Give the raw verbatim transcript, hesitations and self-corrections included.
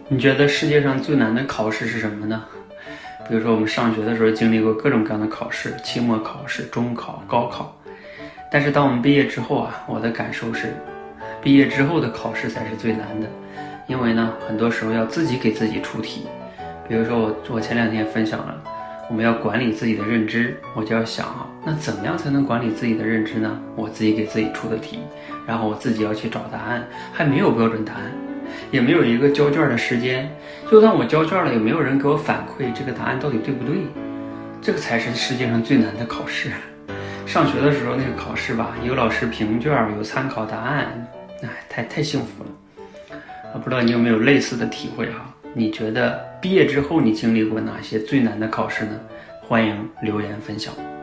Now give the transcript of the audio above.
你觉得世界上最难的考试是什么呢？比如说我们上学的时候经历过各种各样的考试，期末考试、中考、高考。但是当我们毕业之后啊，我的感受是，毕业之后的考试才是最难的。因为呢，很多时候要自己给自己出题。比如说我我前两天分享了，我们要管理自己的认知，我就要想啊，那怎么样才能管理自己的认知呢？我自己给自己出的题，然后我自己要去找答案，还没有标准答案，也没有一个交卷的时间。就算我交卷了，也没有人给我反馈这个答案到底对不对。这个才是世界上最难的考试。上学的时候那个考试吧，有老师评卷，有参考答案，哎，太太幸福了。啊，不知道你有没有类似的体会哈？你觉得毕业之后你经历过哪些最难的考试呢？欢迎留言分享。